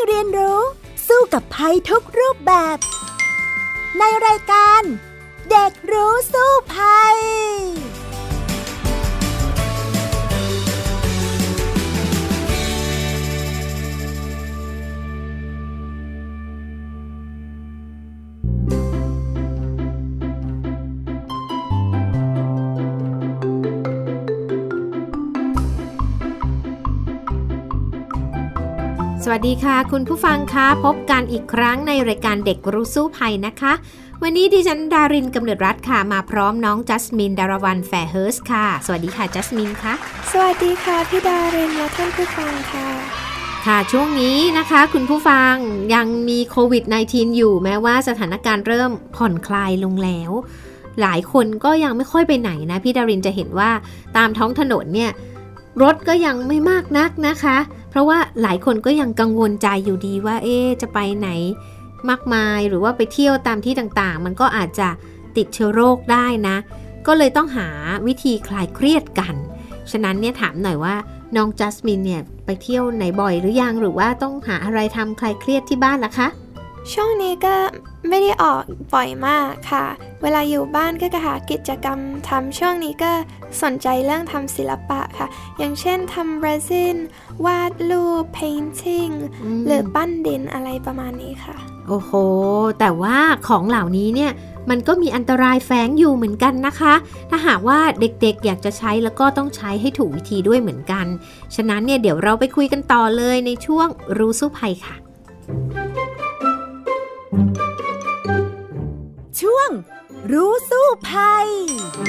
เรียนรู้สู้กับภัยทุกรูปแบบในรายการเด็กรู้สู้ภัยสวัสดีค่ะคุณผู้ฟังคะพบกันอีกครั้งในรายการเด็กรู้สู้ภัยนะคะวันนี้ดิฉันดารินกำเนิดรัตน์ค่ะมาพร้อมน้องจัสมินดารวันแฟร์เฮิร์สค่ะสวัสดีค่ะจัสมินค่ะสวัสดีค่ะพี่ดารินและท่านผู้ฟังค่ะค่ะช่วงนี้นะคะคุณผู้ฟังยังมีโควิด -19 อยู่แม้ว่าสถานการณ์เริ่มผ่อนคลายลงแล้วหลายคนก็ยังไม่ค่อยไปไหนนะพี่ดารินจะเห็นว่าตามท้องถนนเนี่ยรถก็ยังไม่มากนักนะคะเพราะว่าหลายคนก็ยังกังวลใจอยู่ดีว่าจะไปไหนมากมายหรือว่าไปเที่ยวตามที่ต่างๆมันก็อาจจะติดเชื้อโรคได้นะก็เลยต้องหาวิธีคลายเครียดกันฉะนั้นเนี่ยถามหน่อยว่าน้องจัสมินเนี่ยไปเที่ยวไหนบ่อยหรือยังหรือว่าต้องหาอะไรทำคลายเครียดที่บ้านล่ะคะช่วงนี้ก็ไม่ได้ออกบ่อยมากค่ะเวลาอยู่บ้านก็หากิจกรรมทำช่วงนี้ก็สนใจเรื่องทำศิลปะค่ะอย่างเช่นทำเรซินวาดรูป painting หรือปั้นดินอะไรประมาณนี้ค่ะโอ้โหแต่ว่าของเหล่านี้เนี่ยมันก็มีอันตรายแฝงอยู่เหมือนกันนะคะถ้าหากว่าเด็กๆอยากจะใช้แล้วก็ต้องใช้ให้ถูกวิธีด้วยเหมือนกันฉะนั้นเนี่ยเดี๋ยวเราไปคุยกันต่อเลยในช่วงรู้สู้ภัยค่ะช่วงรู้สู้ภัย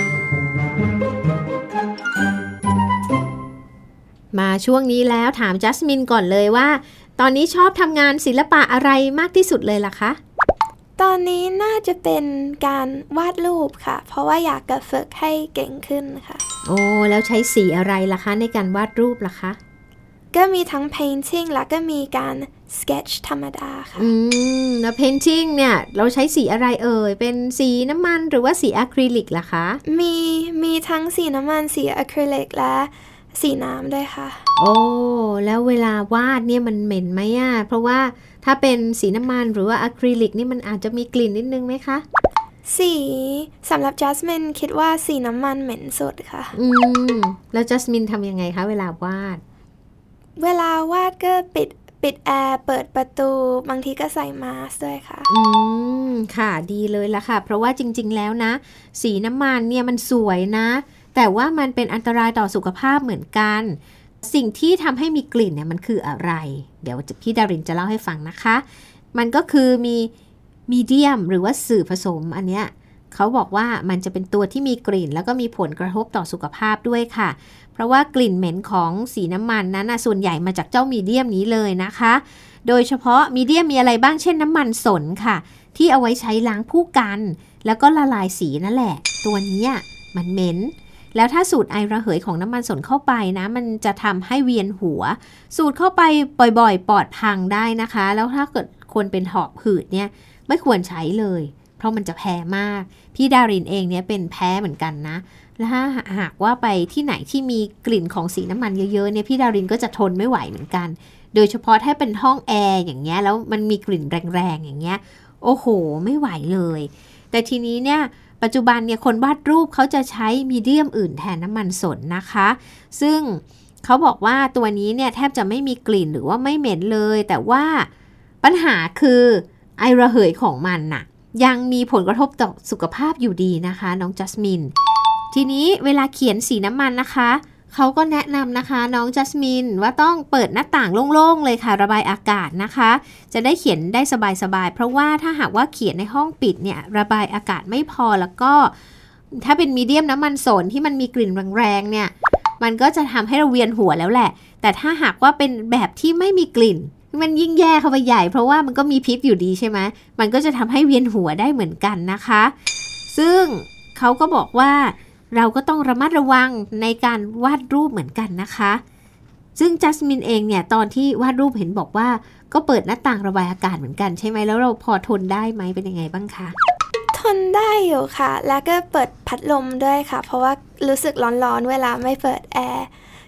มาช่วงนี้แล้วถามจัสมินก่อนเลยว่าตอนนี้ชอบทำงานศิลปะอะไรมากที่สุดเลยล่ะคะตอนนี้น่าจะเป็นการวาดรูปค่ะเพราะว่าอยากจะฝึกให้เก่งขึ้นค่ะโอ้แล้วใช้สีอะไรล่ะคะในการวาดรูปล่ะคะก็มีทั้ง painting แล้วก็มีการ sketch ธรรมดาค่ะแล้ว painting เนี่ยเราใช้สีอะไรเอ่ยเป็นสีน้ำมันหรือว่าสีอะคริลิกล่ะคะมีทั้งสีน้ำมันสีอะคริลิกและสีน้ำด้วยค่ะโอ้แล้วเวลาวาดเนี่ยมันเหม็นไหมอ่ะเพราะว่าถ้าเป็นสีน้ำมันหรือว่าอะคริลิกนี่มันอาจจะมีกลิ่นนิดนึงไหมคะสีสำหรับจัสมินคิดว่าสีน้ำมันเหม็นสุดค่ะแล้วจัสมินทำยังไงคะเวลาวาดก็ปิดแอร์เปิดประตูบางทีก็ใส่มาสก์ด้วยค่ะค่ะดีเลยล่ะค่ะเพราะว่าจริงๆแล้วนะสีน้ำมันเนี่ยมันสวยนะแต่ว่ามันเป็นอันตรายต่อสุขภาพเหมือนกันสิ่งที่ทำให้มีกลิ่นเนี่ยมันคืออะไรเดี๋ยวพี่ดารินจะเล่าให้ฟังนะคะมันก็คือมีเดียมหรือว่าสื่อผสมอันเนี้ยเขาบอกว่ามันจะเป็นตัวที่มีกลิ่นแล้วก็มีผลกระทบต่อสุขภาพด้วยค่ะเพราะว่ากลิ่นเหม็นของสีน้ำมันนั้นส่วนใหญ่มาจากเจ้ามีเดียมนี้เลยนะคะโดยเฉพาะมีเดียมมีอะไรบ้างเช่นน้ำมันสนค่ะที่เอาไว้ใช้ล้างผู้กันแล้วก็ละลายสีนั่นแหละตัวนี้มันเหม็นแล้วถ้าสูดไอระเหยของน้ำมันสนเข้าไปนะมันจะทำให้เวียนหัวสูดเข้าไปบ่อยๆปอดพังได้นะคะแล้วถ้าเกิดคนเป็นหอบหืดเนี่ยไม่ควรใช้เลยเพราะมันจะแพ้มากพี่ดารินเองเนี่ยเป็นแพ้เหมือนกันนะแล้วถ้าหากว่าไปที่ไหนที่มีกลิ่นของสีน้ำมันเยอะๆเนี่ยพี่ดารินก็จะทนไม่ไหวเหมือนกันโดยเฉพาะถ้าเป็นห้องแอร์อย่างเงี้ยแล้วมันมีกลิ่นแรงๆอย่างเงี้ยโอ้โหไม่ไหวเลยแต่ทีนี้เนี่ยปัจจุบันเนี่ยคนวาดรูปเขาจะใช้มีเดียมอื่นแทนน้ำมันสนนะคะซึ่งเขาบอกว่าตัวนี้เนี่ยแทบจะไม่มีกลิ่นหรือว่าไม่เหม็นเลยแต่ว่าปัญหาคือไอระเหยของมันน่ะยังมีผลกระทบต่อสุขภาพอยู่ดีนะคะน้องจัสมินทีนี้เวลาเขียนสีน้ำมันนะคะเขาก็แนะนำนะคะน้องจัสมินว่าต้องเปิดหน้าต่างโล่งๆเลยค่ะระบายอากาศนะคะจะได้เขียนได้สบายๆเพราะว่าถ้าหากว่าเขียนในห้องปิดเนี่ยระบายอากาศไม่พอแล้วก็ถ้าเป็นมีเดียมน้ำมันสนที่มันมีกลิ่นแรงๆเนี่ยมันก็จะทำให้เราเวียนหัวแล้วแหละแต่ถ้าหากว่าเป็นแบบที่ไม่มีกลิ่นมันยิ่งแย่เข้าไปใหญ่เพราะว่ามันก็มีพิษอยู่ดีใช่ไหมมันก็จะทำให้เวียนหัวได้เหมือนกันนะคะซึ่งเขาก็บอกว่าเราก็ต้องระมัดระวังในการวาดรูปเหมือนกันนะคะซึ่งจัสมินเองเนี่ยตอนที่วาดรูปเห็นบอกว่าก็เปิดหน้าต่างระบายอากาศเหมือนกันใช่ไหมแล้วเราพอทนได้ไหมเป็นยังไงบ้างคะทนได้อยู่ค่ะแล้วก็เปิดพัดลมด้วยค่ะเพราะว่ารู้สึกร้อนๆเวลาไม่เปิดแอร์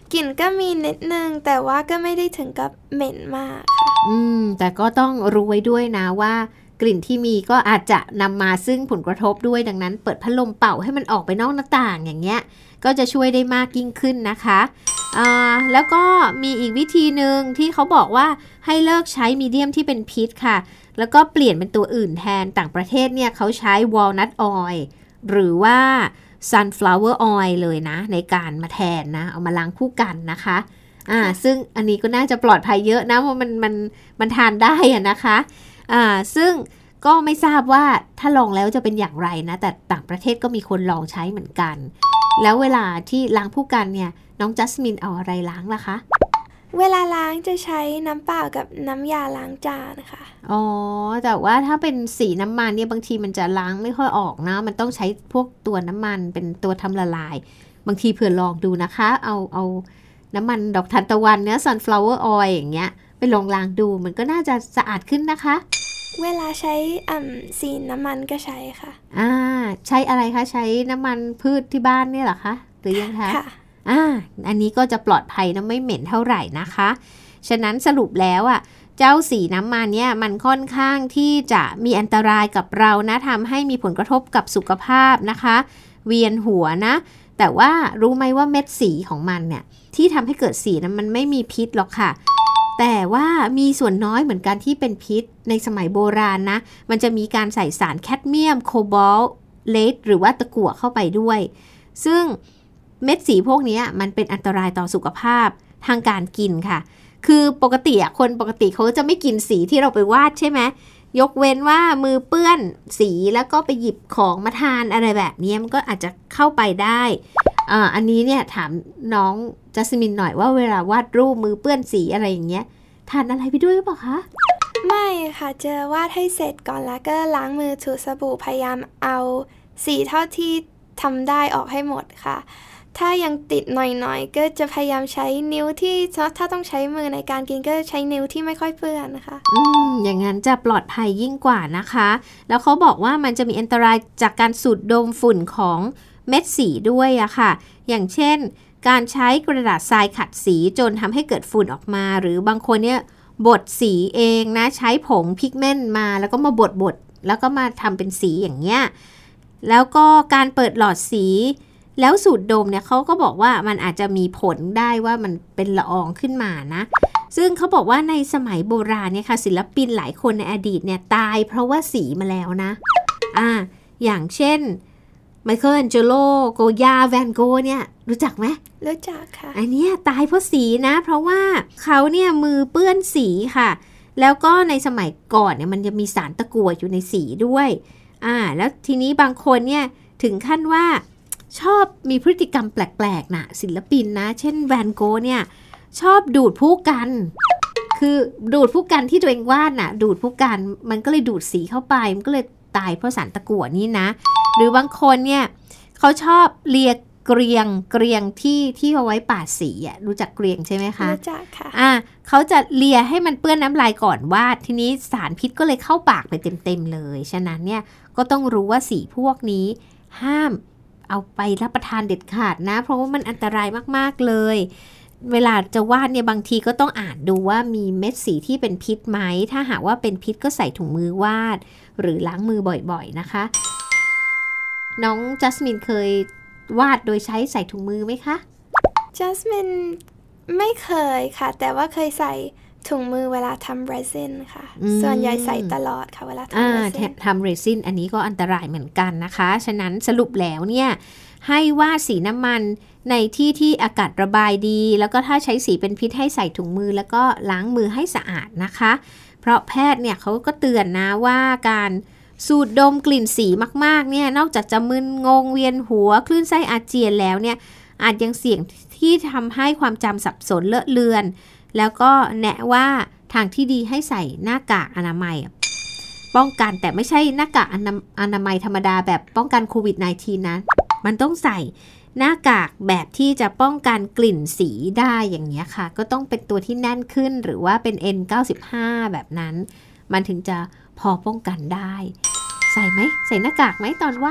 กลิ่นก็มีนิดนึงแต่ว่าก็ไม่ได้ถึงกับเหม็นมากค่ะแต่ก็ต้องรู้ไว้ด้วยนะว่ากลิ่นที่มีก็อาจจะนำมาซึ่งผลกระทบด้วยดังนั้นเปิดพัดลมเป่าให้มันออกไปนอกหน้าต่างอย่างเงี้ยก็จะช่วยได้มากยิ่งขึ้นนะคะแล้วก็มีอีกวิธีหนึ่งที่เขาบอกว่าให้เลิกใช้มีเดียมที่เป็นพิษค่ะแล้วก็เปลี่ยนเป็นตัวอื่นแทนต่างประเทศเนี่ยเขาใช้ walnut oil หรือว่า sunflower oil เลยนะในการมาแทนนะเอามาล้างคู่กันนะคะซึ่งอันนี้ก็น่าจะปลอดภัยเยอะนะเพราะมันทานได้อะนะคะซึ่งก็ไม่ทราบว่าถ้าลองแล้วจะเป็นอย่างไรนะแต่ต่างประเทศก็มีคนลองใช้เหมือนกันแล้วเวลาที่ล้างผู้กันเนี่ยน้องจัสมินเอาอะไรล้างล่ะคะเวลาล้างจะใช้น้ำเปล่ากับน้ำยาล้างจานนะคะแต่ว่าถ้าเป็นสีน้ำมันเนี่ยบางทีมันจะล้างไม่ค่อยออกนะมันต้องใช้พวกตัวน้ำมันเป็นตัวทำละลายบางทีเผื่อลองดูนะคะเอาน้ำมันดอกทานตะวันเนื้อ sunflower oil อย่างเงี้ยไปลองล้างดูมันก็น่าจะสะอาดขึ้นนะคะเวลาใช้สีน้ำมันก็ใช้ค่ะใช้อะไรคะใช้น้ำมันพืชที่บ้านเนี่ยเหรอคะหรือยังคะอันนี้ก็จะปลอดภัยนะไม่เหม็นเท่าไหร่นะคะฉะนั้นสรุปแล้วเจ้าสีน้ำมันเนี่ยมันค่อนข้างที่จะมีอันตรายกับเรานะทำให้มีผลกระทบกับสุขภาพนะคะเวียนหัวนะแต่ว่ารู้ไหมว่าเม็ดสีของมันเนี่ยที่ทำให้เกิดสีนั้นมันไม่มีพิษหรอกค่ะแต่ว่ามีส่วนน้อยเหมือนกันที่เป็นพิษในสมัยโบราณนะมันจะมีการใส่สารแคดเมียมโคบอลต์เลดหรือว่าตะกั่วเข้าไปด้วยซึ่งเม็ดสีพวกนี้มันเป็นอันตรายต่อสุขภาพทางการกินค่ะคือปกติคนปกติเขาจะไม่กินสีที่เราไปวาดใช่ไหมยกเว้นว่ามือเปื้อนสีแล้วก็ไปหยิบของมาทานอะไรแบบนี้มันก็อาจจะเข้าไปได้อันนี้เนี่ยถามน้องจัสมินหน่อยว่าเวลาวาดรูปมือเปื้อนสีอะไรอย่างเงี้ยทานอะไรไปด้วยหรือเปล่าคะไม่ค่ะจะวาดให้เสร็จก่อนแล้วก็ล้างมือถูสบู่พยายามเอาสีเท่าที่ทำได้ออกให้หมดค่ะถ้ายังติดหน่อยๆก็จะพยายามใช้นิ้วที่ถ้าต้องใช้มือในการกินก็ใช้นิ้วที่ไม่ค่อยเปื้อนนะคะอย่างนั้นจะปลอดภัยยิ่งกว่านะคะแล้วเขาบอกว่ามันจะมีอันตรายจากการสูดดมฝุ่นของเม็ดสีด้วยค่ะอย่างเช่นการใช้กระดาษทรายขัดสีจนทำให้เกิดฝุ่นออกมาหรือบางคนเนี่ยบดสีเองนะใช้ผงพิกเมนต์มาแล้วก็มาบดแล้วก็มาทำเป็นสีอย่างเงี้ยแล้วก็การเปิดหลอดสีแล้วสูดดมเนี่ยเขาก็บอกว่ามันอาจจะมีผลได้ว่ามันเป็นละอองขึ้นมานะซึ่งเขาบอกว่าในสมัยโบราณเนี่ยค่ะศิลปินหลายคนในอดีตเนี่ยตายเพราะว่าสีมาแล้วนะอย่างเช่นไมเคิลแองเจโลโกยาแวนโกเนี่ยรู้จักไหมรู้จักค่ะอันนี้ตายเพราะสีนะเพราะว่าเขาเนี่ยมือเปื้อนสีค่ะแล้วก็ในสมัยก่อนเนี่ยมันจะมีสารตะกั่วอยู่ในสีด้วยแล้วทีนี้บางคนเนี่ยถึงขั้นว่าชอบมีพฤติกรรมแปลกๆนะศิลปินนะเช่นแวนโกเนี่ยชอบดูดผู้กันคือดูดผู้กันที่ตัวเองวาดนะดูดผู้กันมันก็เลยดูดสีเข้าไปมันก็เลยตายเพราะสารตะกั่วนี่นะหรือบางคนเนี่ยเขาชอบเลียเกรียงที่เอาไว้ปาดสีรู้จักเกรียงใช่ไหมคะรู้จักค่ะเขาจะเลียให้มันเปื้อนน้ำลายก่อนวาดทีนี้สารพิษก็เลยเข้าปากไปเต็มๆเลยฉะนั้นเนี่ยก็ต้องรู้ว่าสีพวกนี้ห้ามเอาไปรับประทานเด็ดขาดนะเพราะว่ามันอันตรายมากๆเลยเวลาจะวาดเนี่ยบางทีก็ต้องอ่านดูว่ามีเม็ดสีที่เป็นพิษไหมถ้าหากว่าเป็นพิษก็ใส่ถุงมือวาดหรือล้างมือบ่อยๆนะคะน้องจัสมินเคยวาดโดยใช้ใส่ถุงมือไหมคะจัสมินไม่เคยค่ะแต่ว่าเคยใส่ถุงมือเวลาทำเรซินค่ะส่วนใหญ่ใส่ตลอดค่ะเวลาทำเรซินอันนี้ก็อันตรายเหมือนกันนะคะฉะนั้นสรุปแล้วเนี่ยให้วาดสีน้ำมันในที่อากาศระบายดีแล้วก็ถ้าใช้สีเป็นพิษให้ใส่ถุงมือแล้วก็ล้างมือให้สะอาดนะคะเพราะแพทย์เนี่ยเขาก็เตือนนะว่าการสูดดมกลิ่นสีมากๆเนี่ยนอกจากจะมึนงงเวียนหัวคลื่นไส้อาเจียนแล้วเนี่ยอาจยังเสี่ยงที่ทำให้ความจำสับสนเลอะเลือนแล้วก็แนะว่าทางที่ดีให้ใส่หน้ากากอนามัยป้องกันแต่ไม่ใช่หน้ากากอนามัยธรรมดาแบบป้องกันโควิด -19 นะมันต้องใส่หน้ากากแบบที่จะป้องกันกลิ่นสีได้อย่างนี้ค่ะก็ต้องเป็นตัวที่แน่นขึ้นหรือว่าเป็น N95 แบบนั้นมันถึงจะพอป้องกันได้ใส่ไหมใส่หน้ากากไหมตอนวาด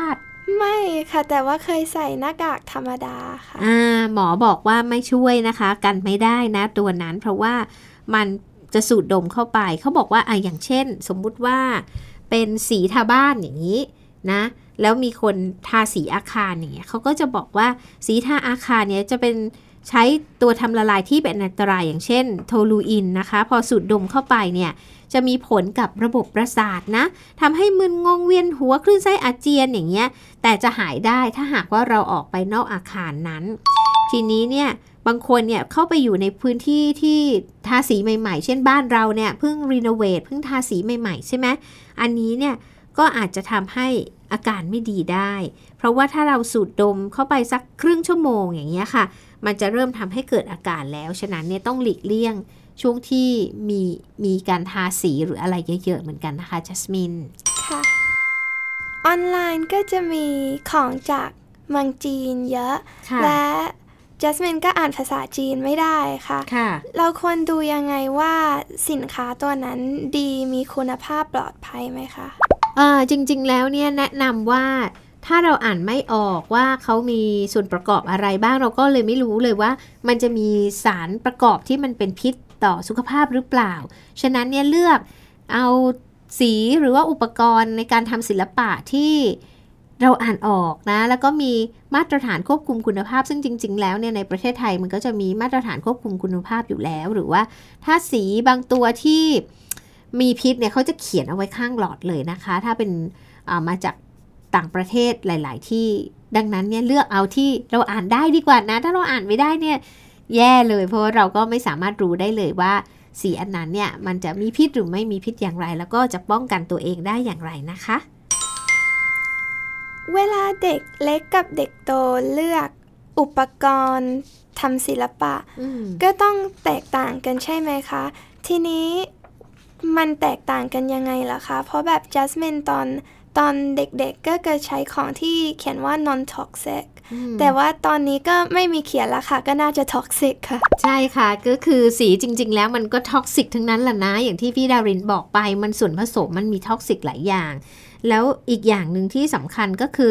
ไม่ค่ะแต่ว่าเคยใส่หน้ากากธรรมดาค่ะหมอบอกว่าไม่ช่วยนะคะกันไม่ได้นะตัวนั้นเพราะว่ามันจะสูดดมเข้าไปเขาบอกว่าอย่างเช่นสมมุติว่าเป็นสีทาบ้านอย่างนี้นะแล้วมีคนทาสีอาคารอย่างเงี้ยเขาก็จะบอกว่าสีทาอาคารเนี่ยจะเป็นใช้ตัวทำละลายที่เป็นอันตรายอย่างเช่นโทลูอินนะคะพอสูดดมเข้าไปเนี่ยจะมีผลกับระบบประสาทนะทำให้มึนงงเวียนหัวคลื่นไส้อาเจียนอย่างเงี้ยแต่จะหายได้ถ้าหากว่าเราออกไปนอกอาคารนั้นทีนี้เนี่ยบางคนเนี่ยเข้าไปอยู่ในพื้นที่ที่ทาสีใหม่ๆเช่นบ้านเราเนี่ยเพิ่งรีโนเวทเพิ่งทาสีใหม่ๆใช่ไหมอันนี้เนี่ยก็อาจจะทำให้อาการไม่ดีได้เพราะว่าถ้าเราสูดดมเข้าไปสักครึ่งชั่วโมงอย่างเงี้ยค่ะมันจะเริ่มทำให้เกิดอาการแล้วฉะนั้นเนี่ยต้องหลีกเลี่ยงช่วงที่มีการทาสีหรืออะไรเยอะๆเหมือนกันนะคะจัสมินค่ะออนไลน์ก็จะมีของจากเมืองจีนเยอะและจัสมินก็อ่านภาษาจีนไม่ได้ค่ะเราควรดูยังไงว่าสินค้าตัวนั้นดีมีคุณภาพปลอดภัยไหมคะจริงๆแล้วเนี่ยแนะนำว่าถ้าเราอ่านไม่ออกว่าเขามีส่วนประกอบอะไรบ้างเราก็เลยไม่รู้เลยว่ามันจะมีสารประกอบที่มันเป็นพิษต่อสุขภาพหรือเปล่าฉะนั้นเนี่ยเลือกเอาสีหรือว่าอุปกรณ์ในการทำศิลปะที่เราอ่านออกนะแล้วก็มีมาตรฐานควบคุมคุณภาพซึ่งจริงๆแล้วเนี่ยในประเทศไทยมันก็จะมีมาตรฐานควบคุมคุณภาพอยู่แล้วหรือว่าถ้าสีบางตัวที่มีพิษเนี่ยเขาจะเขียนเอาไว้ข้างหลอดเลยนะคะถ้าเป็นมาจากต่างประเทศหลายๆที่ดังนั้นเนี่ยเลือกเอาที่เราอ่านได้ดีกว่านะถ้าเราอ่านไม่ได้เนี่ยแย่เลยเพราะเราก็ไม่สามารถรู้ได้เลยว่าสีอันนั้นเนี่ยมันจะมีพิษหรือไม่มีพิษอย่างไรแล้วก็จะป้องกันตัวเองได้อย่างไรนะคะเวลาเด็กเล็กกับเด็กโตเลือกอุปกรณ์ทำศิลปะก็ต้องแตกต่างกันใช่ไหมคะทีนี้มันแตกต่างกันยังไงล่ะคะเพราะแบบจัสมินตอนเด็กๆก็ใช้ของที่เขียนว่า non toxic แต่ว่าตอนนี้ก็ไม่มีเขียนแล้วค่ะก็น่าจะ toxic ค่ะใช่ค่ะก็คือสีจริงๆแล้วมันก็ toxic ทั้งนั้นแหละนะอย่างที่พี่ดารินบอกไปมันส่วนผสมมันมี toxic หลายอย่างแล้วอีกอย่างหนึ่งที่สำคัญก็คือ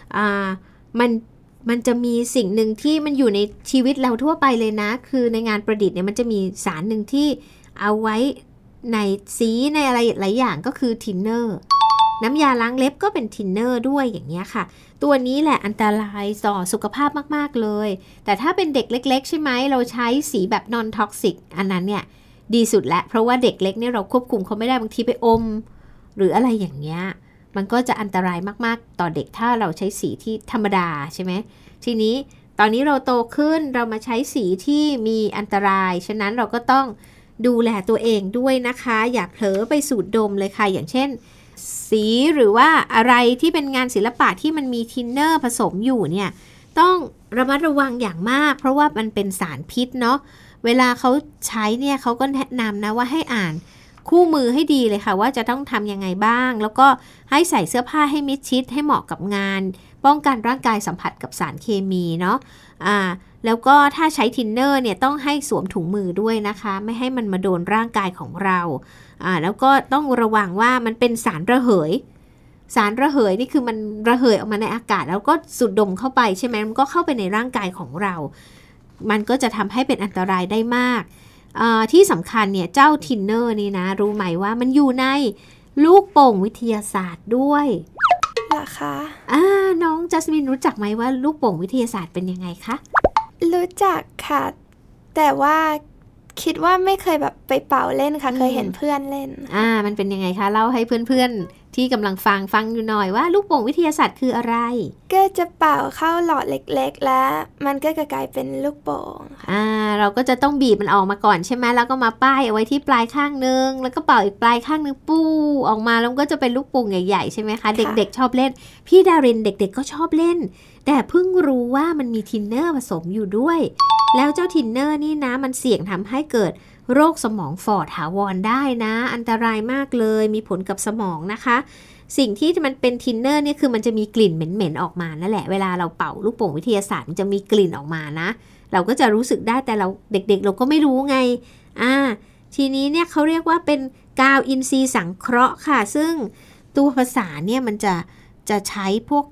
มันจะมีสิ่งหนึ่งที่มันอยู่ในชีวิตเราทั่วไปเลยนะคือในงานประดิษฐ์เนี่ยมันจะมีสารหนึ่งที่เอาไว้ในสีในอะไรหลายอย่างก็คือทินเนอร์น้ำยาล้างเล็บก็เป็นทินเนอร์ด้วยอย่างเงี้ยค่ะตัวนี้แหละอันตรายต่อสุขภาพมากๆเลยแต่ถ้าเป็นเด็กเล็กๆใช่ไหมเราใช้สีแบบ non toxic อันนั้นเนี่ยดีสุดแล้วเพราะว่าเด็กเล็กเนี่ยเราควบคุมเขาไม่ได้บางทีไปอมหรืออะไรอย่างเงี้ยมันก็จะอันตรายมากๆต่อเด็กถ้าเราใช้สีที่ธรรมดาใช่ไหมทีนี้ตอนนี้เราโตขึ้นเรามาใช้สีที่มีอันตรายฉะนั้นเราก็ต้องดูแลตัวเองด้วยนะคะอย่าเผลอไปสูดดมเลยค่ะอย่างเช่นสีหรือว่าอะไรที่เป็นงานศิลปะที่มันมีทินเนอร์ผสมอยู่เนี่ยต้องระมัดระวังอย่างมากเพราะว่ามันเป็นสารพิษเนาะเวลาเขาใช้เนี่ยเขาก็แนะนำนะว่าให้อ่านคู่มือให้ดีเลยค่ะว่าจะต้องทำยังไงบ้างแล้วก็ให้ใส่เสื้อผ้าให้มิดชิดให้เหมาะกับงานป้องกันร่างกายสัมผัสกับสารเคมีเนาะแล้วก็ถ้าใช้ทินเนอร์เนี่ยต้องให้สวมถุงมือด้วยนะคะไม่ให้มันมาโดนร่างกายของเราแล้วก็ต้องระวังว่ามันเป็นสารระเหยนี่คือมันระเหยออกมาในอากาศแล้วก็สูดดมเข้าไปใช่ไหมมันก็เข้าไปในร่างกายของเรามันก็จะทำให้เป็นอันตรายได้มากที่สำคัญเนี่ยเจ้าทินเนอร์นี่นะรู้ไหมว่ามันอยู่ในลูกโป่งวิทยาศาสตร์ด้วยเหรอคะน้องจัสมินรู้จักไหมว่าลูกโป่งวิทยาศาสตร์เป็นยังไงคะรู้จักค่ะแต่ว่าคิดว่าไม่เคยแบบไปเป่าเล่นค่ะเคยเห็นเพื่อนเล่นมันเป็นยังไงคะเล่าให้เพื่อนๆที่กำลังฟังอยู่หน่อยว่าลูกโป่งวิทยาศาสตร์คืออะไรก็จะเป่าเข้าหลอดเล็กๆแล้วมันก็จะกลายเป็นลูกโป่งเราก็จะต้องบีบมันออกมาก่อนใช่ไหมแล้วก็มาป้ายเอาไว้ที่ปลายข้างนึงแล้วก็เป่าอีกปลายข้างนึงปูออกมาแล้วก็จะเป็นลูกโป่งใหญ่ๆใช่ไหมคะเด็กๆชอบเล่นพี่ดารินเด็กๆก็ชอบเล่นแต่เพิ่งรู้ว่ามันมีทินเนอร์ผสมอยู่ด้วยแล้วเจ้าทินเนอร์นี่นะมันเสี่ยงทำให้เกิดโรคสมองฝ่อถาวรได้นะอันตรายมากเลยมีผลกับสมองนะคะสิ่งที่มันเป็นทินเนอร์เนี่ยคือมันจะมีกลิ่นเหม็นๆออกมานั่นแหละเวลาเราเป่าลูกโป่งวิทยาศาสตร์มันจะมีกลิ่นออกมานะเราก็จะรู้สึกได้แต่เราเด็กๆเราก็ไม่รู้ไงทีนี้เนี่ยเขาเรียกว่าเป็นกาวอินทรีย์สังเคราะห์ค่ะซึ่งตัวภาษาเนี่ยมันจะใช้พวก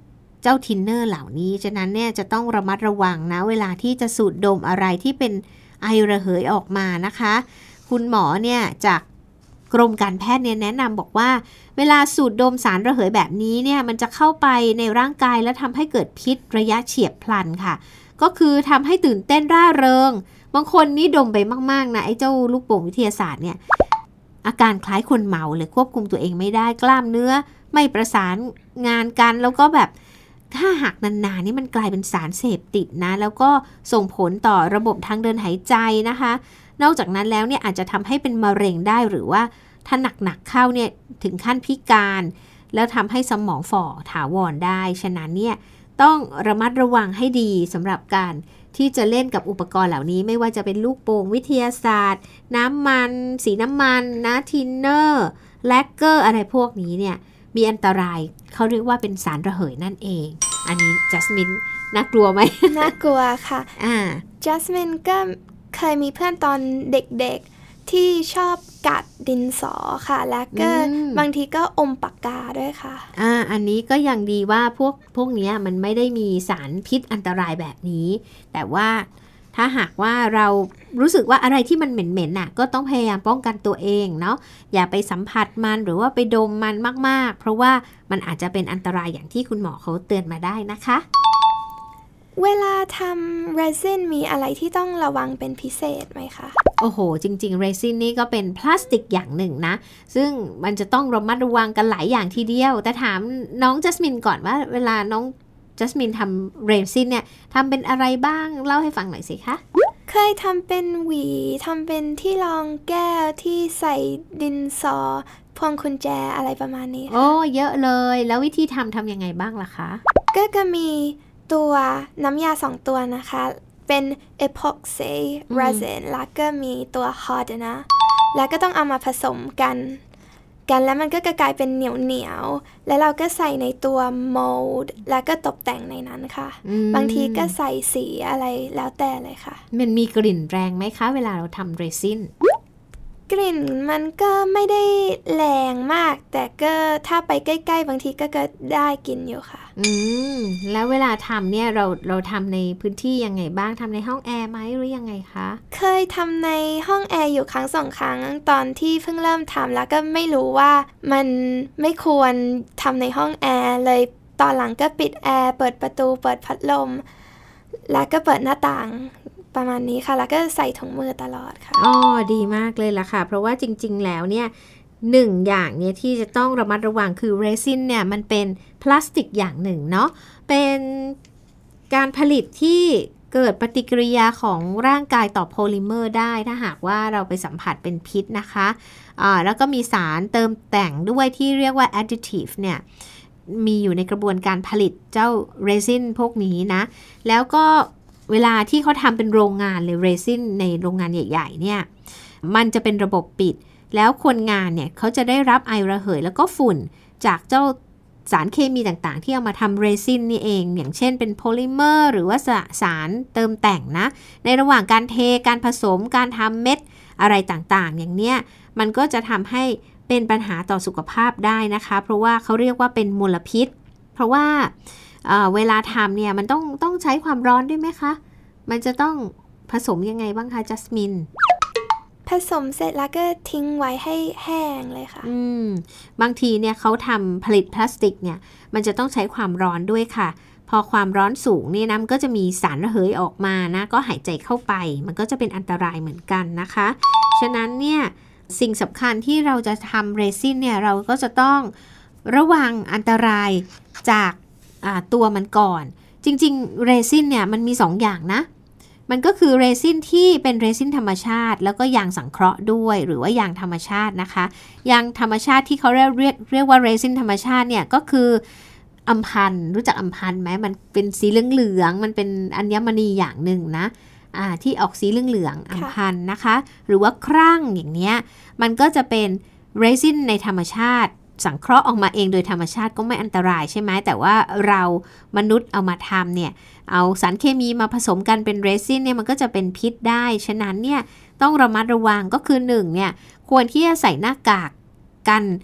เจ้าทินเนอร์เหล่านี้ฉะนั้นเนี่ยจะต้องระมัดระวังนะเวลาที่จะสูดดมอะไรที่เป็นไอระเหยออกมานะคะคุณหมอเนี่ยจากกรมการแพทย์เนี่ยแนะนำบอกว่าเวลาสูดดมสารระเหยแบบนี้เนี่ยมันจะเข้าไปในร่างกายและทำให้เกิดพิษระยะเฉียบพลันค่ะก็คือทำให้ตื่นเต้นร่าเริงบางคนนี่ดมไปมากๆนะไอ้เจ้าลูกโป่งวิทยาศาสตร์เนี่ยอาการคล้ายคนเมาเลยควบคุมตัวเองไม่ได้กล้ามเนื้อไม่ประสานงานกันแล้วก็แบบถ้าหากนานๆนี่มันกลายเป็นสารเสพติดนะแล้วก็ส่งผลต่อระบบทางเดินหายใจนะคะนอกจากนั้นแล้วเนี่ยอาจจะทำให้เป็นมะเร็งได้หรือว่าถ้าหนักๆเข้าเนี่ยถึงขั้นพิการแล้วทำให้สมองฝ่อถาวรได้ฉะนั้นเนี่ยต้องระมัดระวังให้ดีสำหรับการที่จะเล่นกับอุปกรณ์เหล่านี้ไม่ว่าจะเป็นลูกโป่งวิทยาศาสตร์น้ำมันสีน้ำมันนะทินเนอร์แลกเกอร์อะไรพวกนี้เนี่ยมีอันตรายเขาเรียกว่าเป็นสารระเหยนั่นเองอันนี้จัสมินน่ากลัวไหมน่ากลัวค่ะจัสมินก็เคยมีเพื่อนตอนเด็กๆที่ชอบกัดดินสอค่ะแล้วก็บางทีก็อมปากกาด้วยค่ะอันนี้ก็ยังดีว่าพวกนี้มันไม่ได้มีสารพิษอันตรายแบบนี้แต่ว่าถ้าหากว่าเรารู้สึกว่าอะไรที่มันเหม็นๆน่ะก็ต้องพยายามป้องกันตัวเองเนาะอย่าไปสัมผัสมันหรือว่าไปดมมันมากๆเพราะว่ามันอาจจะเป็นอันตรายอย่างที่คุณหมอเขาเตือนมาได้นะคะเวลาทำเรซินมีอะไรที่ต้องระวังเป็นพิเศษไหมคะโอ้โหจริงๆเรซินนี่ก็เป็นพลาสติกอย่างหนึ่งนะซึ่งมันจะต้องระมัดระวังกันหลายอย่างทีเดียวแต่ถามน้องจัสมินก่อนว่าเวลาน้องจัสมินทำเรซินเนี่ยทำเป็นอะไรบ้างเล่าให้ฟังหน่อยสิคะเคยทำเป็นหวีทำเป็นที่รองแก้วที่ใส่ดินสอพวงกุญแจอะไรประมาณนี้โอ้เยอะเลยแล้ววิธีทำยังไงบ้างล่ะคะก็มีตัวน้ำยา2ตัวนะคะเป็น epoxy resin แล้วก็มีตัว hardener แล้วก็ต้องเอามาผสมกันแล้วมันก็กลายเป็นเหนียวแล้วเราก็ใส่ในตัว mold แล้วก็ตกแต่งในนั้นค่ะบางทีก็ใส่สีอะไรแล้วแต่เลยค่ะมันมีกลิ่นแรงไหมคะเวลาเราทำเรซินกลิ่นมันก็ไม่ได้แรงมากแต่ก็ถ้าไปใกล้ๆบางทีก็ได้กินอยู่ค่ะแล้วเวลาทำเนี่ยเราทำในพื้นที่ยังไงบ้างทำในห้องแอร์ไหมหรือยังไงคะเคยทำในห้องแอร์อยู่ครั้ง2 ครั้งตอนที่เพิ่งเริ่มทำแล้วก็ไม่รู้ว่ามันไม่ควรทำในห้องแอร์เลยตอนหลังก็ปิดแอร์เปิดประตูเปิดพัดลมแล้วก็เปิดหน้าต่างประมาณนี้ค่ะแล้วก็ใส่ถุงมือตลอดค่ะดีมากเลยล่ะค่ะเพราะว่าจริงๆแล้วเนี่ยหนึ่งอย่างเนี่ยที่จะต้องระมัดระวังคือเรซินเนี่ยมันเป็นพลาสติกอย่างหนึ่งเนาะเป็นการผลิตที่เกิดปฏิกิริยาของร่างกายต่อโพลิเมอร์ได้ถ้าหากว่าเราไปสัมผัสเป็นพิษนะคะแล้วก็มีสารเติมแต่งด้วยที่เรียกว่า additive เนี่ยมีอยู่ในกระบวนการผลิตเจ้าเรซินพวกนี้นะแล้วก็เวลาที่เขาทำเป็นโรงงานเลยเรซินในโรงงานใหญ่ๆเนี่ยมันจะเป็นระบบปิดแล้วคนงานเนี่ยเขาจะได้รับไอระเหยแล้วก็ฝุ่นจากเจ้าสารเคมีต่างๆที่เอามาทำเรซินนี่เองอย่างเช่นเป็นโพลิเมอร์หรือว่าสารเติมแต่งนะในระหว่างการเทการผสมการทำเม็ดอะไรต่างๆอย่างเนี้ยมันก็จะทำให้เป็นปัญหาต่อสุขภาพได้นะคะเพราะว่าเขาเรียกว่าเป็นมลพิษเพราะว่าเวลาทำเนี่ยมันต้องใช้ความร้อนด้วยไหมคะมันจะต้องผสมยังไงบ้างคะจัสมินผสมเสร็จแล้วก็ทิ้งไว้ให้แห้งเลยค่ะบางทีเนี่ยเขาทำผลิตพลาสติกเนี่ยมันจะต้องใช้ความร้อนด้วยค่ะพอความร้อนสูงนี่นะมันก็จะมีสารระเหยออกมานะก็หายใจเข้าไปมันก็จะเป็นอันตรายเหมือนกันนะคะฉะนั้นเนี่ยสิ่งสำคัญที่เราจะทำเรซินเนี่ยเราก็จะต้องระวังอันตรายจากตัวมันก่อนจริงๆเรซินเนี่ยมันมี2 อย่างนะมันก็คือเรซินที่เป็นเรซินธรรมชาติแล้วก็ยางสังเคราะห์ด้วยหรือว่ายางธรรมชาตินะคะยางธรรมชาติที่เขาเรียกว่าเรซินธรรมชาติเนี่ยก็คืออัมพันธ์รู้จักอัมพันธ์ไหมมันเป็นสีเหลืองๆมันเป็นอัญมณีอย่างหนึ่งนะที่ออกสีเหลืองๆอัมพันธ์นะคะหรือว่าครั่งอย่างเนี้ยมันก็จะเป็นเรซินในธรรมชาติสังเคราะห์ออกมาเองโดยธรรมชาติก็ไม่อันตรายใช่ไหมแต่ว่าเรามนุษย์เอามาทำเนี่ยเอาสารเคมีมาผสมกันเป็นเรซินเนี่ยมันก็จะเป็นพิษได้ฉะนั้นเนี่ยต้องระมัดระวังก็คือ1เนี่ยควรที่จะใส่หน้ากากกัน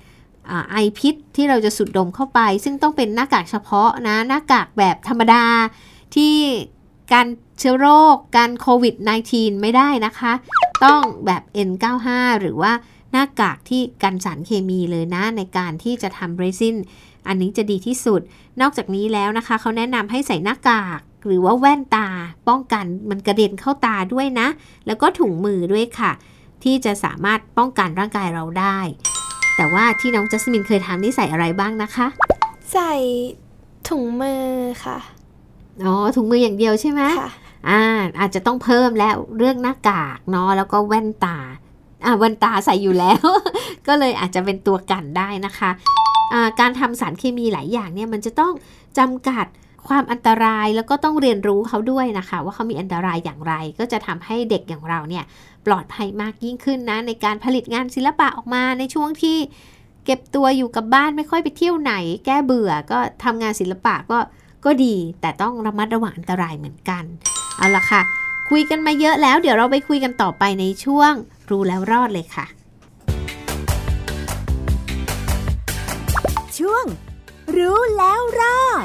ไอพิษที่เราจะสูดดมเข้าไปซึ่งต้องเป็นหน้ากากเฉพาะนะหน้ากากแบบธรรมดาที่การเชื้อโรคการโควิด -19 ไม่ได้นะคะต้องแบบ N95 หรือว่าหน้ากากที่กันสารเคมีเลยนะในการที่จะทำเรซินอันนี้จะดีที่สุดนอกจากนี้แล้วนะคะเขาแนะนำให้ใส่หน้ากากหรือว่าแว่นตาป้องกันมันกระเด็นเข้าตาด้วยนะแล้วก็ถุงมือด้วยค่ะที่จะสามารถป้องกันร่างกายเราได้แต่ว่าที่น้องจัสมินเคยทำนี่ใส่อะไรบ้างนะคะใส่ถุงมือค่ะอ๋อถุงมืออย่างเดียวใช่ไหมค่ะอาจจะต้องเพิ่มแล้วเรื่องหน้ากากเนาะแล้วก็แว่นตาแว่นตาใส่อยู่แล้ว ก็เลยอาจจะเป็นตัวกันได้นะคะการทำสารเคมีหลายอย่างเนี่ยมันจะต้องจำกัดความอันตรายแล้วก็ต้องเรียนรู้เขาด้วยนะคะว่าเขามีอันตรายอย่างไรก็จะทำให้เด็กอย่างเราเนี่ยปลอดภัยมากยิ่งขึ้นนะในการผลิตงานศิลปะออกมาในช่วงที่เก็บตัวอยู่กับบ้านไม่ค่อยไปเที่ยวไหนแก้เบื่อก็ทำงานศิลปะก็ดีแต่ต้องระมัดระวังอันตรายเหมือนกันเอาล่ะค่ะคุยกันมาเยอะแล้วเดี๋ยวเราไปคุยกันต่อไปในช่วงรู้แล้วรอดเลยค่ะช่วงรู้แล้วรอด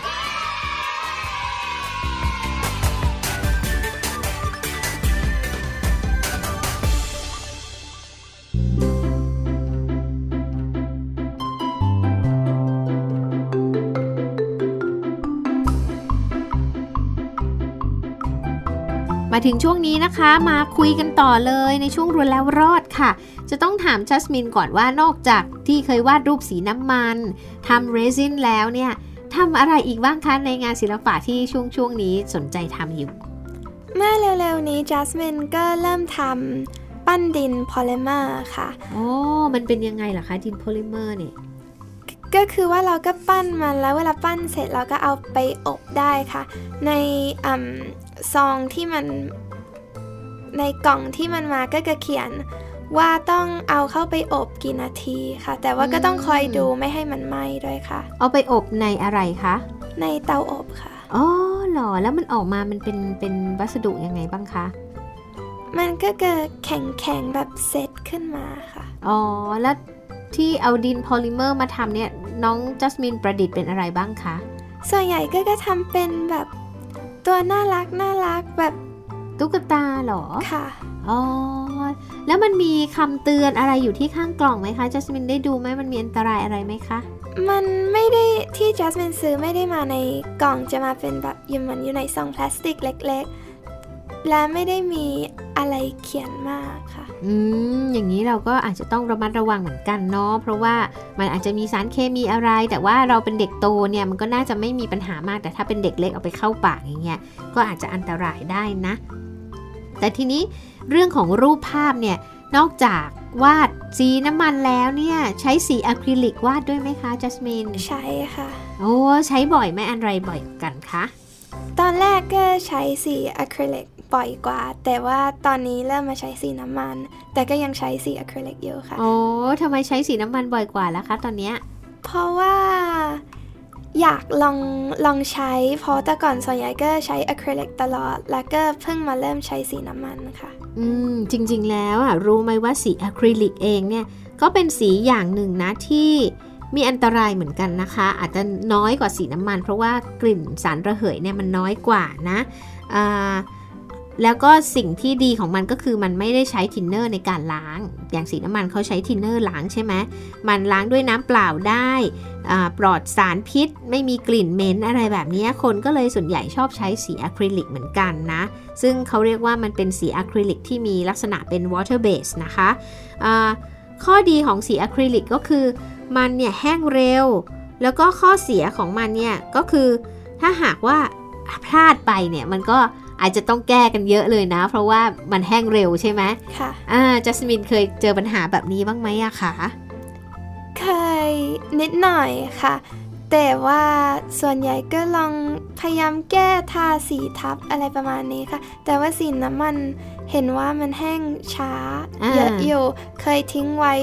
มาถึงช่วงนี้นะคะมาคุยกันต่อเลยในช่วงรู้แล้วรอดค่ะจะต้องถามจัสมินก่อนว่านอกจากที่เคยวาดรูปสีน้ำมันทำเรซินแล้วเนี่ยทำอะไรอีกบ้างคะในงานศิลปะที่ช่วงนี้สนใจทำอยู่เมื่อเร็วๆนี้จัสมินก็เริ่มทำปั้นดินโพลิเมอร์ค่ะอ๋อมันเป็นยังไงล่ะคะดินโพลิเมอร์เนี่ยก็คือว่าเราก็ปั้นมันแล้วเวลาปั้นเสร็จเราก็เอาไปอบได้ค่ะในซองที่มันในกล่องที่มันมาก็จะเขียนว่าต้องเอาเข้าไปอบกี่นาทีค่ะแต่ว่าก็ต้องคอยดูไม่ให้มันไหม้ด้วยค่ะเอาไปอบในอะไรคะในเตาอบค่ะอ๋อเหรอแล้วมันออกมามันเป็นวัสดุยังไงบ้างคะมันก็จะแข็งๆแบบเซตขึ้นมาค่ะอ๋อแล้วที่เอาดินโพลิเมอร์มาทำเนี่ยน้องจัสมินประดิษฐ์เป็นอะไรบ้างคะส่วนใหญ่ก็ทำเป็นแบบตัวน่ารักแบบตุ๊กตาเหรอค่ะอ๋อแล้วมันมีคำเตือนอะไรอยู่ที่ข้างกล่องไหมคะจัสมินได้ดูไหมมันมีอันตรายอะไรไหมคะมันไม่ได้ที่จัสมินซื้อไม่ได้มาในกล่องจะมาเป็นแบบอยู่ในซองพลาสติกเล็กๆและไม่ได้มีอะไรเขียนมากค่ะอย่างนี้เราก็อาจจะต้องระมัดระวังเหมือนกันเนาะเพราะว่ามันอาจจะมีสารเคมีอะไรแต่ว่าเราเป็นเด็กโตเนี่ยมันก็น่าจะไม่มีปัญหามากแต่ถ้าเป็นเด็กเล็กเอาไปเข้าปากอย่างเงี้ยก็อาจจะอันตรายได้นะแต่ทีนี้เรื่องของรูปภาพเนี่ยนอกจากวาดสีน้ำมันแล้วเนี่ยใช้สีอะคริลิกวาดด้วยไหมคะจัสมินใช่ค่ะโอ้ใช้บ่อยไหมอะไรบ่อยกันคะตอนแรกก็ใช้สีอะคริลิกบ่อยกว่าแต่ว่าตอนนี้เริ่มมาใช้สีน้ำมันแต่ก็ยังใช้สีอะคริลิกอยู่ค่ะโอ้ทำไมใช้สีน้ำมันบ่อยกว่าล่ะคะตอนเนี้ยเพราะว่าอยากลองใช้เพราะแต่ก่อนส่วนใหญ่ก็ใช้อะคริลิกตลอดแล้วก็เพิ่งมาเริ่มใช้สีน้ำมันค่ะจริงๆแล้วรู้ไหมว่าสีอะคริลิกเองเนี่ยก็เป็นสีอย่างหนึ่งนะที่มีอันตรายเหมือนกันนะคะอาจจะน้อยกว่าสีน้ำมันเพราะว่ากลิ่นสารระเหยเนี่ยมันน้อยกว่านะแล้วก็สิ่งที่ดีของมันก็คือมันไม่ได้ใช้ทินเนอร์ในการล้างอย่างสีน้ำมันเขาใช้ทินเนอร์ล้างใช่ไหมมันล้างด้วยน้ำเปล่าได้ปลอดสารพิษไม่มีกลิ่นเหม็นอะไรแบบนี้คนก็เลยส่วนใหญ่ชอบใช้สีอะคริลิกเหมือนกันนะซึ่งเขาเรียกว่ามันเป็นสีอะคริลิกที่มีลักษณะเป็น water base นะคะข้อดีของสีอะคริลิกก็คือมันเนี่ยแห้งเร็วแล้วก็ข้อเสียของมันเนี่ยก็คือถ้าหากว่าพลาดไปเนี่ยมันก็อาจจะต้องแก้กันเยอะเลยนะเพราะว่ามันแห้งเร็วใช่ไหมค่ะจัสมินเคยเจอปัญหาแบบนี้บ้างไหมอะคะเคยนิดหน่อยค่ะแต่ว่าส่วนใหญ่ก็ลองพยายามแก้ทาสีทับอะไรประมาณนี้ค่ะแต่ว่าสีน้ำมันเห็นว่ามันแห้งช้าเยอะอยู่เคยทิ้งไว้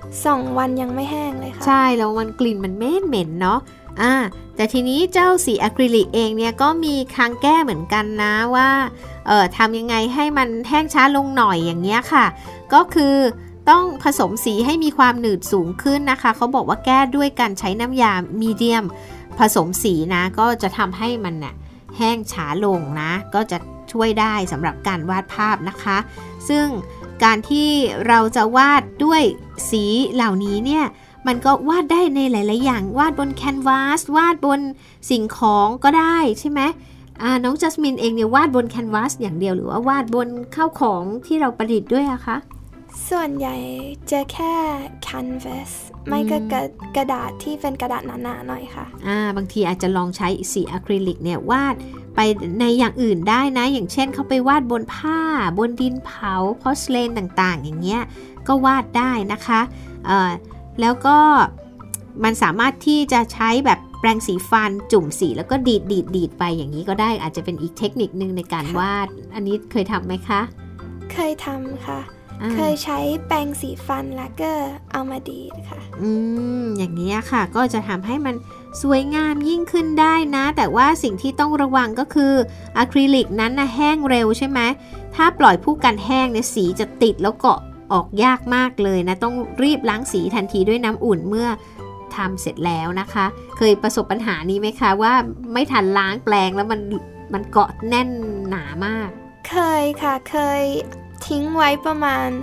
2 วันยังไม่แห้งเลยค่ะใช่แล้วมันกลิ่นมันเหม็นเนาะแต่ทีนี้เจ้าสีอะคริลิกเองเนี่ยก็มีทางแก้เหมือนกันนะว่าทำยังไงให้มันแห้งช้าลงหน่อยอย่างเงี้ยค่ะก็คือต้องผสมสีให้มีความหนืดสูงขึ้นนะคะเขาบอกว่าแก้ด้วยการใช้น้ำยามีเดียมผสมสีนะก็จะทำให้มันเนี่ยแห้งช้าลงนะก็จะช่วยได้สำหรับการวาดภาพนะคะซึ่งการที่เราจะวาดด้วยสีเหล่านี้เนี่ยมันก็วาดได้ในหลายๆอย่างวาดบนแคนวาสวาดบนสิ่งของก็ได้ใช่ไหมน้องจัสมินเองเนี่ยวาดบนแคนวาสอย่างเดียวหรือว่าวาดบนข้าวของที่เราประดิษฐ์ด้วยอะคะส่วนใหญ่จะแค่ canvas ไม่ก็กระดาษที่เป็นกระดาษหนาๆหน่อยค่ะบางทีอาจจะลองใช้สีอะคริลิกเนี่ยวาดไปในอย่างอื่นได้นะอย่างเช่นเขาไปวาดบนผ้าบนดินเผาพอสเลนต่างๆอย่างเงี้ยก็วาดได้นะคะแล้วก็มันสามารถที่จะใช้แบบแปรงสีฟันจุ่มสีแล้วก็ดีดไปอย่างนี้ก็ได้อาจจะเป็นอีกเทคนิคนึงในการวาดอันนี้เคยทำไหมคะเคยทำค่ะเคยใช้แปรงสีฟันแล้วก็เอามาดีดค่ะอย่างนี้ค่ะก็จะทำให้มันสวยงามยิ่งขึ้นได้นะแต่ว่าสิ่งที่ต้องระวังก็คืออะคริลิกนั้นนะแห้งเร็วใช่ไหมถ้าปล่อยผู้กันแห้งเนี่ยสีจะติดแล้วเกาะออกยากมากเลยนะต้องรีบล้างสีทันทีด้วยน้ำอุ่นเมื่อทำเสร็จแล้วนะคะเคยประสบปัญหานี้ไหมคะว่าไม่ทันล้างแปรงแล้วมันเกาะแน่นหนามากเคยค่ะเคยทิ้งไว้ประมาณ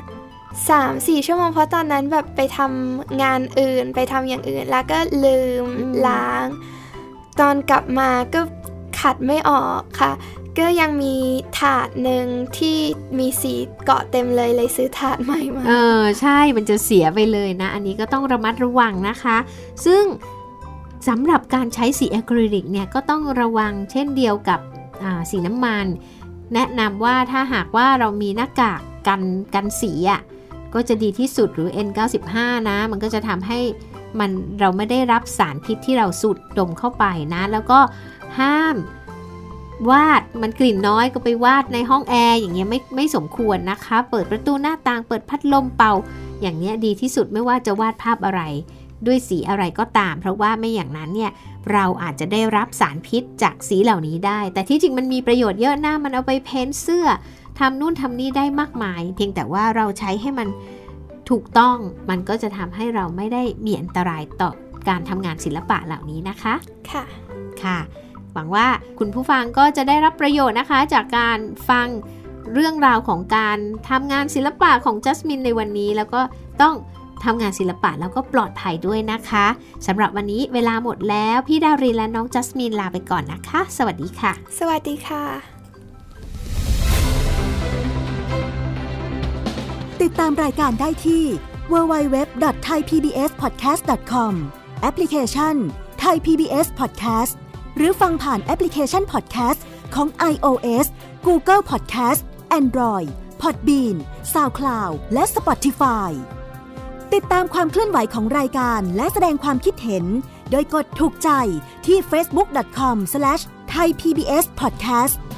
3-4 ชั่วโมงเพราะตอนนั้นแบบไปทำงานอื่นไปทำอย่างอื่นแล้วก็ลืมล้างตอนกลับมาก็ขัดไม่ออกค่ะก็ยังมีถาดหนึ่งที่มีสีเกาะเต็มเลยซื้อถาดใหม่มาใช่มันจะเสียไปเลยนะอันนี้ก็ต้องระมัดระวังนะคะซึ่งสำหรับการใช้สีอะคริลิกเนี่ยก็ต้องระวังเช่นเดียวกับสีน้ำมันแนะนำว่าถ้าหากว่าเรามีหน้ากากกันสีก็จะดีที่สุดหรือ N95 นะมันก็จะทำให้เราไม่ได้รับสารพิษที่เราสูดดมเข้าไปนะแล้วก็ห้ามวาดมันกลิ่นน้อยก็ไปวาดในห้องแอร์อย่างเงี้ยไม่สมควรนะคะเปิดประตูหน้าต่างเปิดพัดลมเป่าอย่างเนี้ยดีที่สุดไม่ว่าจะวาดภาพอะไรด้วยสีอะไรก็ตามเพราะว่าไม่อย่างนั้นเนี่ยเราอาจจะได้รับสารพิษจากสีเหล่านี้ได้แต่ที่จริงมันมีประโยชน์เยอะนะมันเอาไปเพ้นท์เสื้อทำนู่นทำนี่ได้มากมายเพียงแต่ว่าเราใช้ให้มันถูกต้องมันก็จะทำให้เราไม่ได้มีอันตรายต่อการทำงานศิลปะเหล่านี้นะคะค่ะหวังว่าคุณผู้ฟังก็จะได้รับประโยชน์นะคะจากการฟังเรื่องราวของการทำงานศิลปะของจัสมินในวันนี้แล้วก็ต้องทำงานศิลปะแล้วก็ปลอดภัยด้วยนะคะสำหรับวันนี้เวลาหมดแล้วพี่ดาวรีและน้องจัสมินลาไปก่อนนะคะสวัสดีค่ะสวัสดีค่ะติดตามรายการได้ที่ www.thaipbspodcast.com แอปพลิเคชัน Thai PBS Podcast หรือฟังผ่านแอปพลิเคชัน Podcast ของ iOS Google Podcast Android Podbean SoundCloud และ Spotify ติดตามความเคลื่อนไหวของรายการและแสดงความคิดเห็นโดยกดถูกใจที่ facebook.com/thaipbspodcast